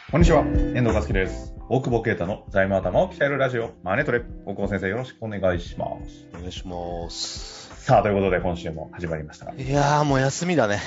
こんにちは、遠藤和樹です。大久保啓太の財務頭を鍛えるラジオ、マネトレ。大久保先生、よろしくお願いします。 お願いします。 さあ、ということで今週も始まりましたが。 いやー、もう休みだね。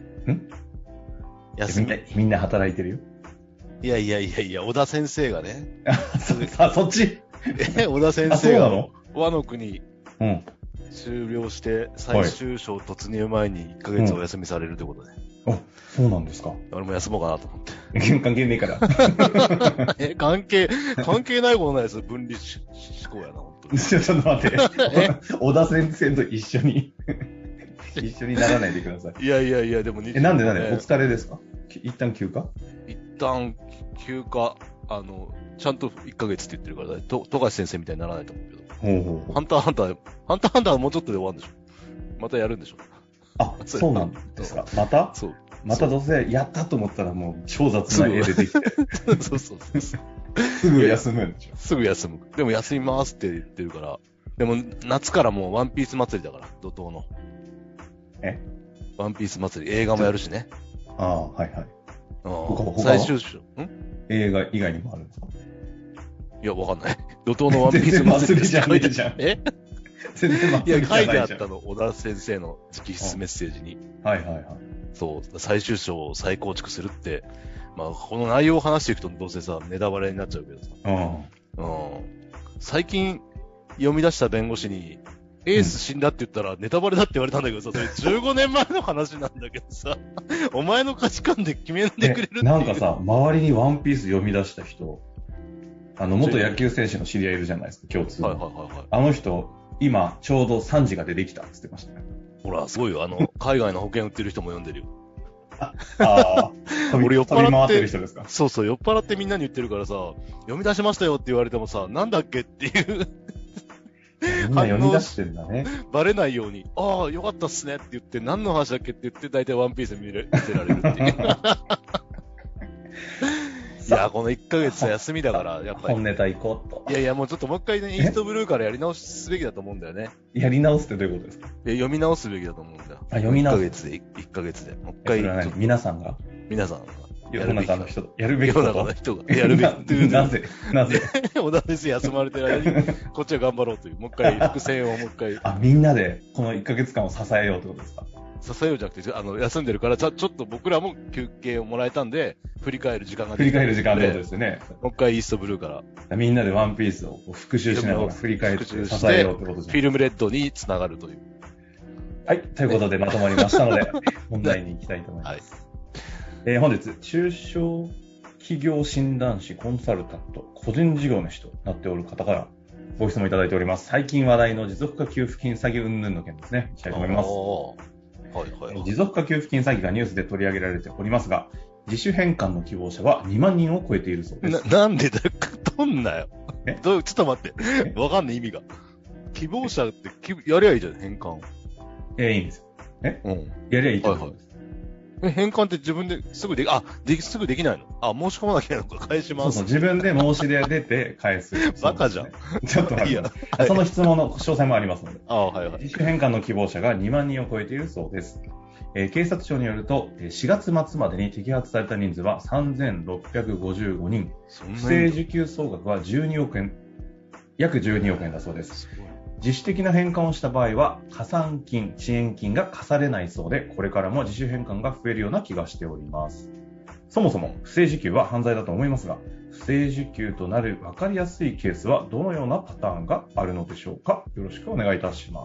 休み。 みんな働いてるよ。 いや、小田先生がね。 そっち小田先生が和の国、終了して最終章突入前に1ヶ月お休みされるということで。 そうなんですか。 俺も休もうかなと思って。 関係ねえから。 関係ないことないです。分離思考やな、本当に。 ちょっと待って。小田先生と一緒にならないでください。 いや、でもなんでお疲れですか？一旦休暇？ 一旦休暇、ちゃんと1ヶ月って言ってるから、富樫先生みたいにならないと思うけど。ハンターハンターはもうちょっとで終わるんでしょ？またやるんでしょ？ そうなんですか。またどうせやったと思ったらもう超雑な絵でできて。 そう。 すぐ休むんでしょ？ すぐ休む。でも休みますって言ってるから。でも夏からもうワンピース祭りだから、怒涛の。ワンピース祭り、映画もやるしね。 はい。 最終章。 映画以外にもあるんですか？ いや、わかんない。怒涛のワンピース祭りじゃねえじゃん。全然いや、書いてあったの、小田先生の直筆メッセージに。 はい。 そう、最終章を再構築するって、まあ、この内容を話していくとどうせさ、ネタバレになっちゃうけどさ。最近読み出した弁護士に、エース死んだって言ったらネタバレだって言われたんだけどさ、それ15年前の話なんだけどさ、お前の価値観で決めんでくれるっていう。 なんかさ、周りにワンピース読み出した人、元野球選手の知り合いいるじゃないですか、共通の。 はい。 あの人、今、ちょうど3時が出てきたって言ってましたね。 ほら、すごいよ。海外の保険売ってる人も読んでるよ。 俺酔っ払ってる人ですか？ そう、酔っ払ってみんなに言ってるからさ、読み出しましたよって言われてもさ、なんだっけっていう。 みんな読み出してんだね。 バレないように、よかったっすねって言って、何の話だっけって言って、大体ワンピース見せられるっていう。いや、この1ヶ月休みだから、やっぱり。 本ネタ行こうと。 いや、もうちょっともう一回ね、イーストブルーからやり直すべきだと思うんだよね。 やり直すってどういうことですか？ 読み直すべきだと思うんだよ。 読み直す。1ヶ月で。もう一回。 皆さんが世の中の人がやるべきこと。 世の中の人がやるべき。 なぜ小田先生休まれてる間に、こっちは頑張ろうという。もう一回、伏線をもう一回。 みんなで、この1ヶ月間を支えようってことですか？ 支えようじゃなくて、休んでるから、ちょっと僕らも休憩をもらえたんで、振り返る時間ってことですよね。 もう一回イーストブルーから。 みんなでワンピースを復習しながら振り返って支えようってことですね。 フィルムレッドにつながるという。 はい、ということでまとまりましたので、本題に行きたいと思います。本日、中小企業診断士コンサルタント、個人事業主となっておる方からご質問いただいております。最近話題の持続化給付金詐欺云々の件ですね。いきたいと思います。持続化給付金詐欺がニュースで取り上げられておりますが、自主返還の希望者は2万人を超えているそうです。 なんでだどんなよ。ちょっと待って。わかんない意味が。希望者ってやりゃいいじゃん、返還。 いいんですよ。やりゃいいってことです。 返還って自分ですぐすぐできないの？申し込まなきゃいけないのか、返します。 そう、自分で申し出て返す。 バカじゃん。 ちょっと待って。その質問の詳細もありますので。自主返還の希望者が2万人を超えているそうです。警察庁によると、4月末までに摘発された人数は3655人。不正受給総額は約12億円だそうです。自主的な返還をした場合は加算金、遅延金が課されないそうで、これからも自主返還が増えるような気がしております。そもそも不正受給は犯罪だと思いますが、不正受給となる分かりやすいケースはどのようなパターンがあるのでしょうか？よろしくお願いいたします。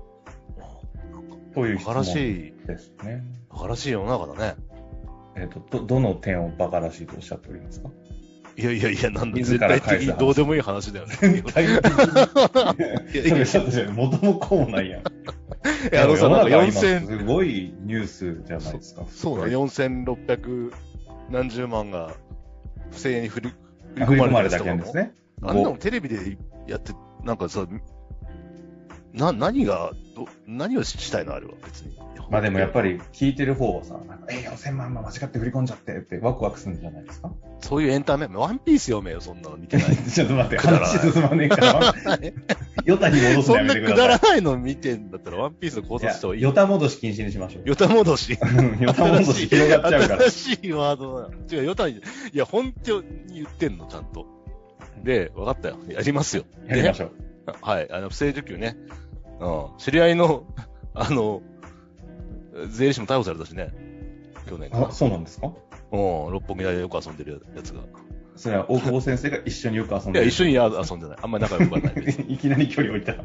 という質問ですね。 バカらしい世の中だね。 どの点をバカらしいとおっしゃっておりますか？ いや、なんだ、絶対的にどうでもいい話だよね。 絶対的に。それちょっと元もこうもないやん。なんか4000、すごいニュースじゃないですか。 そうだ、4600何十万が不正に振り込まれた件ですね。 あんなのテレビでやって、なんかさ、 何をしたいのあれは別に。 まあでもやっぱり聞いてる方はさ、4000万間違って振り込んじゃってってワクワクするんじゃないですか？ そういうエンタメ、ワンピース読めよ、そんなの見てない。 ちょっと待って、話進まねえから。ヨタに戻すのやめてください。 そんなくだらないの見てんだったらワンピースの考察した方がいい。 ヨタ戻し禁止にしましょう。 ヨタ戻しヨタ戻し広がっちゃうから。 新しいワードだ。違う、ヨタに、いや、本当に言ってんの、ちゃんと。で、わかったよ。やりますよ。 やりましょう。 はい。不正受給ね。知り合いの、税理士も逮捕されたしね。去年。 あ、そうなんですか？ 六本木でよく遊んでるやつが。 それは大久保先生が一緒によく遊んでる。 いや、一緒に遊んでない。あんまり仲良くはない。 いきなり距離置いた。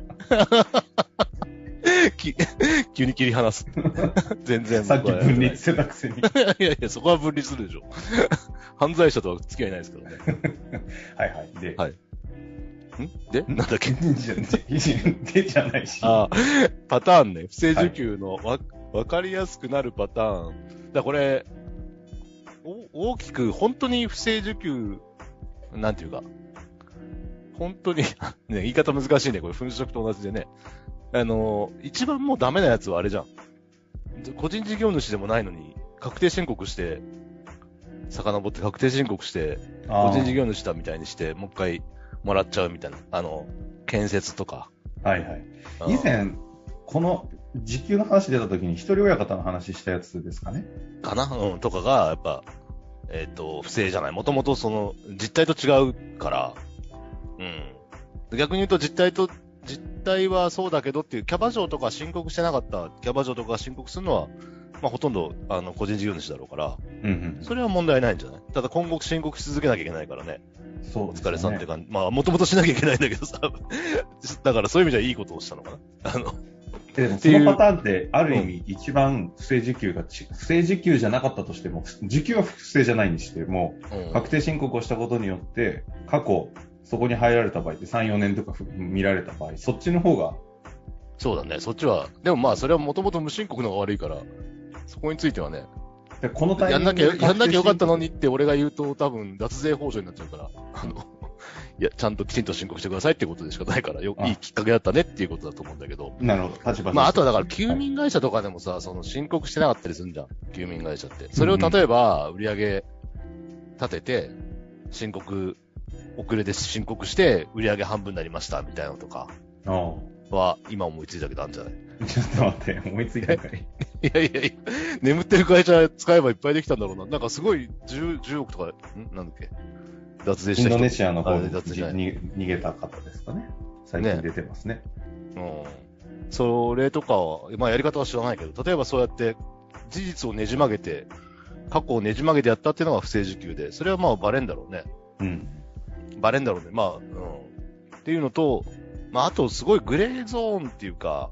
急に切り離す。全然。 さっき分離してたくせに。 いや、そこは分離するでしょ。犯罪者とは付き合いないですからね。 はいはい。で。 はい。でなんだっけでじゃないし。 パターンね。不正受給のわかりやすくなるパターン。これ、大きく本当に不正受給、なんていうか、本当に、ね、言い方難しいね。これ、粉飾と同じでね。一番もうダメなやつはあれじゃん。個人事業主でもないのに、確定申告して、遡って確定申告して、個人事業主だみたいにして、もう一回もらっちゃうみたいな。建設とか。はいはい。 以前、この時給の話出た時に一人親方の話したやつですかね。 かなとかが、やっぱ、不正じゃない。もともと実態と違うから、逆に言うと実態はそうだけどっていう、キャバ嬢とか申告してなかったキャバ嬢とか申告するのは、まあほとんど、個人事業主だろうから、それは問題ないんじゃない？ただ今後申告し続けなきゃいけないからね。 そうですね。 お疲れさんって感じ。まあもともとしなきゃいけないんだけどさ。だからそういう意味ではいいことをしたのかな。 でもそのパターンってある意味一番不正受給不正受給じゃなかったとしても、受給は不正じゃないにしても、確定申告をしたことによって過去そこに入られた場合って3、4年とか見られた場合、そっちの方が。 そうだね、そっちは。でもまあそれはもともと無申告の方が悪いから、そこについてはね。 このタイミングでやんなきゃよかったのにって俺が言うと多分脱税控除になっちゃうから、いや、ちゃんときちんと申告してくださいってことでしかないから、いいきっかけだったねっていうことだと思うんだけど。 なるほど、立場。 まあ、あとはだから、休眠会社とかでもさ、申告してなかったりするんじゃん。休眠会社って。それを例えば、売り上げ立てて、遅れて申告して、売り上げ半分になりました、みたいなのとか。は、今思いついたけどあるんじゃない？ ちょっと待って、思いついたかい。 いや、眠ってる会社使えばいっぱいできたんだろうな。なんかすごい、10億とか、なんだっけ？脱税した人。 インドネシアの方に逃げた方ですかね。最近出てますね。 それとかは、まあやり方は知らないけど、例えばそうやって事実をねじ曲げて、過去をねじ曲げてやったっていうのが不正受給で、それはまあバレんだろうね。バレんだろうね。まあ、っていうのと、まああとすごいグレーゾーンっていうか、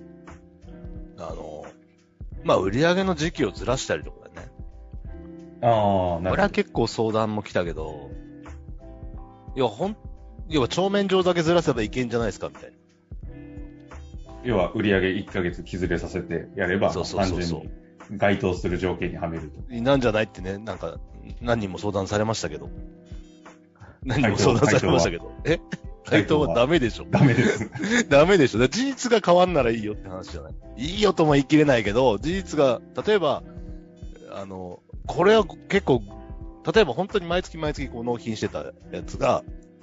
まあ売り上げの時期をずらしたりとかだね。なるほど。これは結構相談も来たけど、要は帳面上だけずらせばいけんじゃないですかみたいな。 要は売上1ヶ月削れさせてやれば、単純に該当する条件にはめると。 なんじゃないってね、なんか何人も相談されましたけど。何人も相談されましたけど。回答はダメでしょ。 ダメです。 ダメでしょ。事実が変わんならいいよって話じゃない。いいよとも言い切れないけど、事実が、例えば、これは結構、例えば本当に毎月こう納品してたやつが、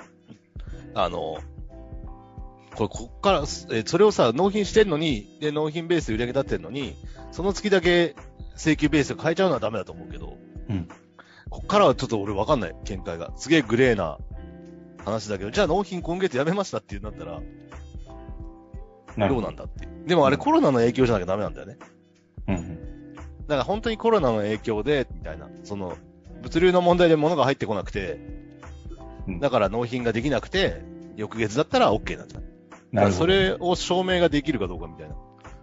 こっから、それをさ、納品してんのに、で、納品ベースで売り上げ立ってんのに、その月だけ請求ベースを変えちゃうのはダメだと思うけど、こっからはちょっと俺わかんない、見解が。すげえグレーな話だけど、じゃあ納品今月やめましたって言うんだったら、どうなんだって。でもあれコロナの影響じゃなきゃダメなんだよね。だから本当にコロナの影響で、みたいな、物流の問題で物が入ってこなくて、だから納品ができなくて、翌月だったら OK なんじゃない？だからそれを証明ができるかどうかみたい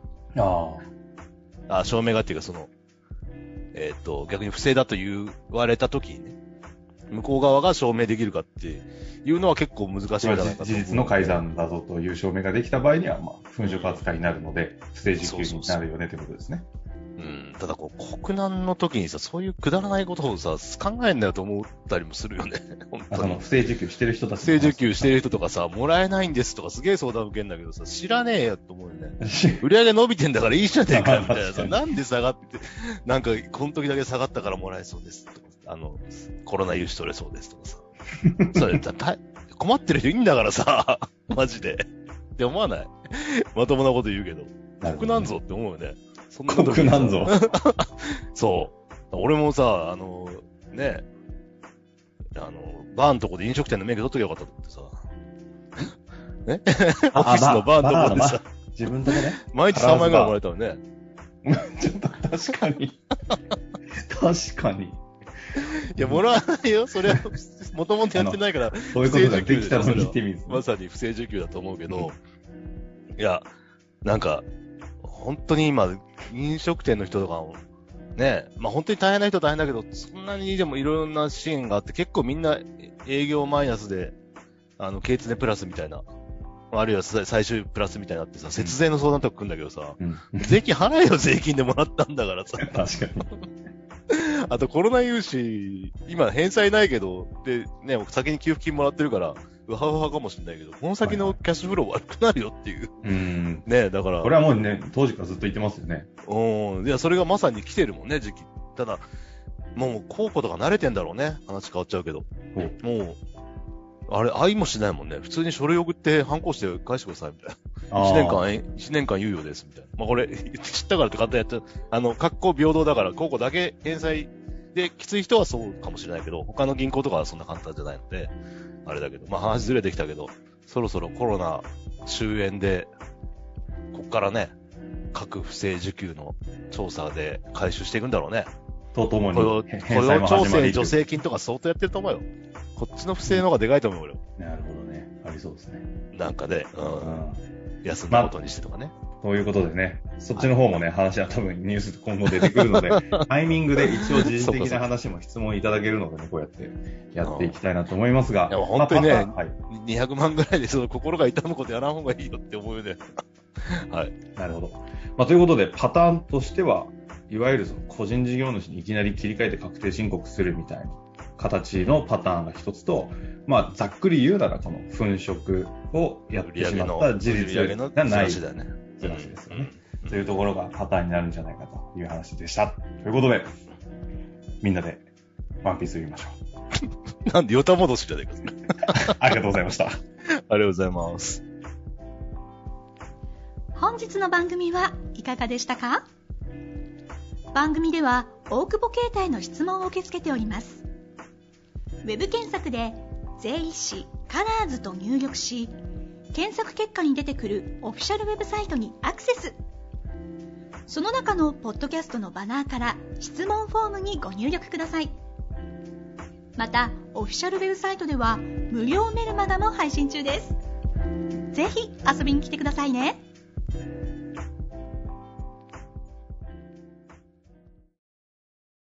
な。証明がっていうか逆に不正だと言われた時にね、向こう側が証明できるかっていうのは結構難しいんじゃないかと。 事実の改ざんだぞという証明ができた場合には、まあ、粉飾扱いになるので、不正受給になるよねということですね。 ただ国難の時にさ、そういうくだらないことをさ、考えんだよと思ったりもするよね。本当に。 不正受給してる人たち。 不正受給してる人とかさ、もらえないんですとかすげえ相談受けんだけどさ、知らねえよと思うよね。売り上げ伸びてんだからいいじゃねえかみたいなさ、なんで下がってて、なんか、この時だけ下がったからもらえそうですとか、コロナ融資取れそうですとかさ。それ、困ってる人いいんだからさ、マジで。って思わない？まともなこと言うけど。国難ぞって思うよね。そんなこと国難ぞ。 そう。俺もさ、ね、バーのとこで飲食店の免許取っときゃよかったと思ってさ。ねオフィスのバーのとこでさ。 自分とこね。 毎日3万円ぐらいもらえたのね。 ちょっと確かに。確かに。 いや、もらわないよ。それは、もともとやってないから、 そういうことができたのにってみる。 まさに不正受給だと思うけど、いや、なんか、本当に今、飲食店の人とかも、ね、まあ本当に大変な人は大変だけど、そんなにでもいろんな支援があって、結構みんな営業マイナスで、経常プラスみたいな、あるいは最終プラスみたいになってさ、節税の相談とか来るんだけどさ、税金払えよ、税金でもらったんだからさ。 確かに。 あとコロナ融資、今返済ないけど、で、ね、先に給付金もらってるから、うはうはかもしれないけど、この先のキャッシュフロー悪くなるよっていう。ね、だから。 これはもうね、当時からずっと言ってますよね。 いや、それがまさに来てるもんね、時期。ただ、もう、公庫とか慣れてんだろうね。話変わっちゃうけど。もう、あれ、愛もしないもんね。普通に書類送って反抗して返してください、みたいな。1年間猶予です、みたいな。まあ、これ、知ったからって簡単にやっちゃう。各校平等だから、公庫だけ返済できつい人はそうかもしれないけど、他の銀行とかはそんな簡単じゃないので、あれだけど、まあ話ずれてきたけど、そろそろコロナ終焉で、こっからね、各不正受給の調査で回収していくんだろうね。 とともに。 雇用調整助成金とか相当やってると思うよ。こっちの不正の方がでかいと思うよ。 なるほどね。ありそうですね。 なんかで、休んだことにしてとかね。 ということでね、そっちの方もね、話は多分ニュース今後出てくるので、タイミングで一応時事的な話も質問いただけるのでね、こうやってやっていきたいなと思いますが。 でも本当にね、200万ぐらいでその心が痛むことやらん方がいいよって思うよね。はい。 なるほど。ということで、パターンとしては、いわゆるその個人事業主にいきなり切り替えて確定申告するみたいな形のパターンが一つと、まあ、ざっくり言うなら、この粉飾をやってしまった事実がない。ずらしですよね。というところがパターンになるんじゃないかという話でした。ということで、みんなでワンピース読みましょう。なんでヨタ戻しじゃないか。 ありがとうございました。ありがとうございます。 本日の番組はいかがでしたか？番組では大久保携帯の質問を受け付けております。ウェブ検索で税理士カラーズと入力し、検索結果に出てくるオフィシャルウェブサイトにアクセス。その中のポッドキャストのバナーから質問フォームにご入力ください。またオフィシャルウェブサイトでは無料メルマガも配信中です。ぜひ遊びに来てくださいね。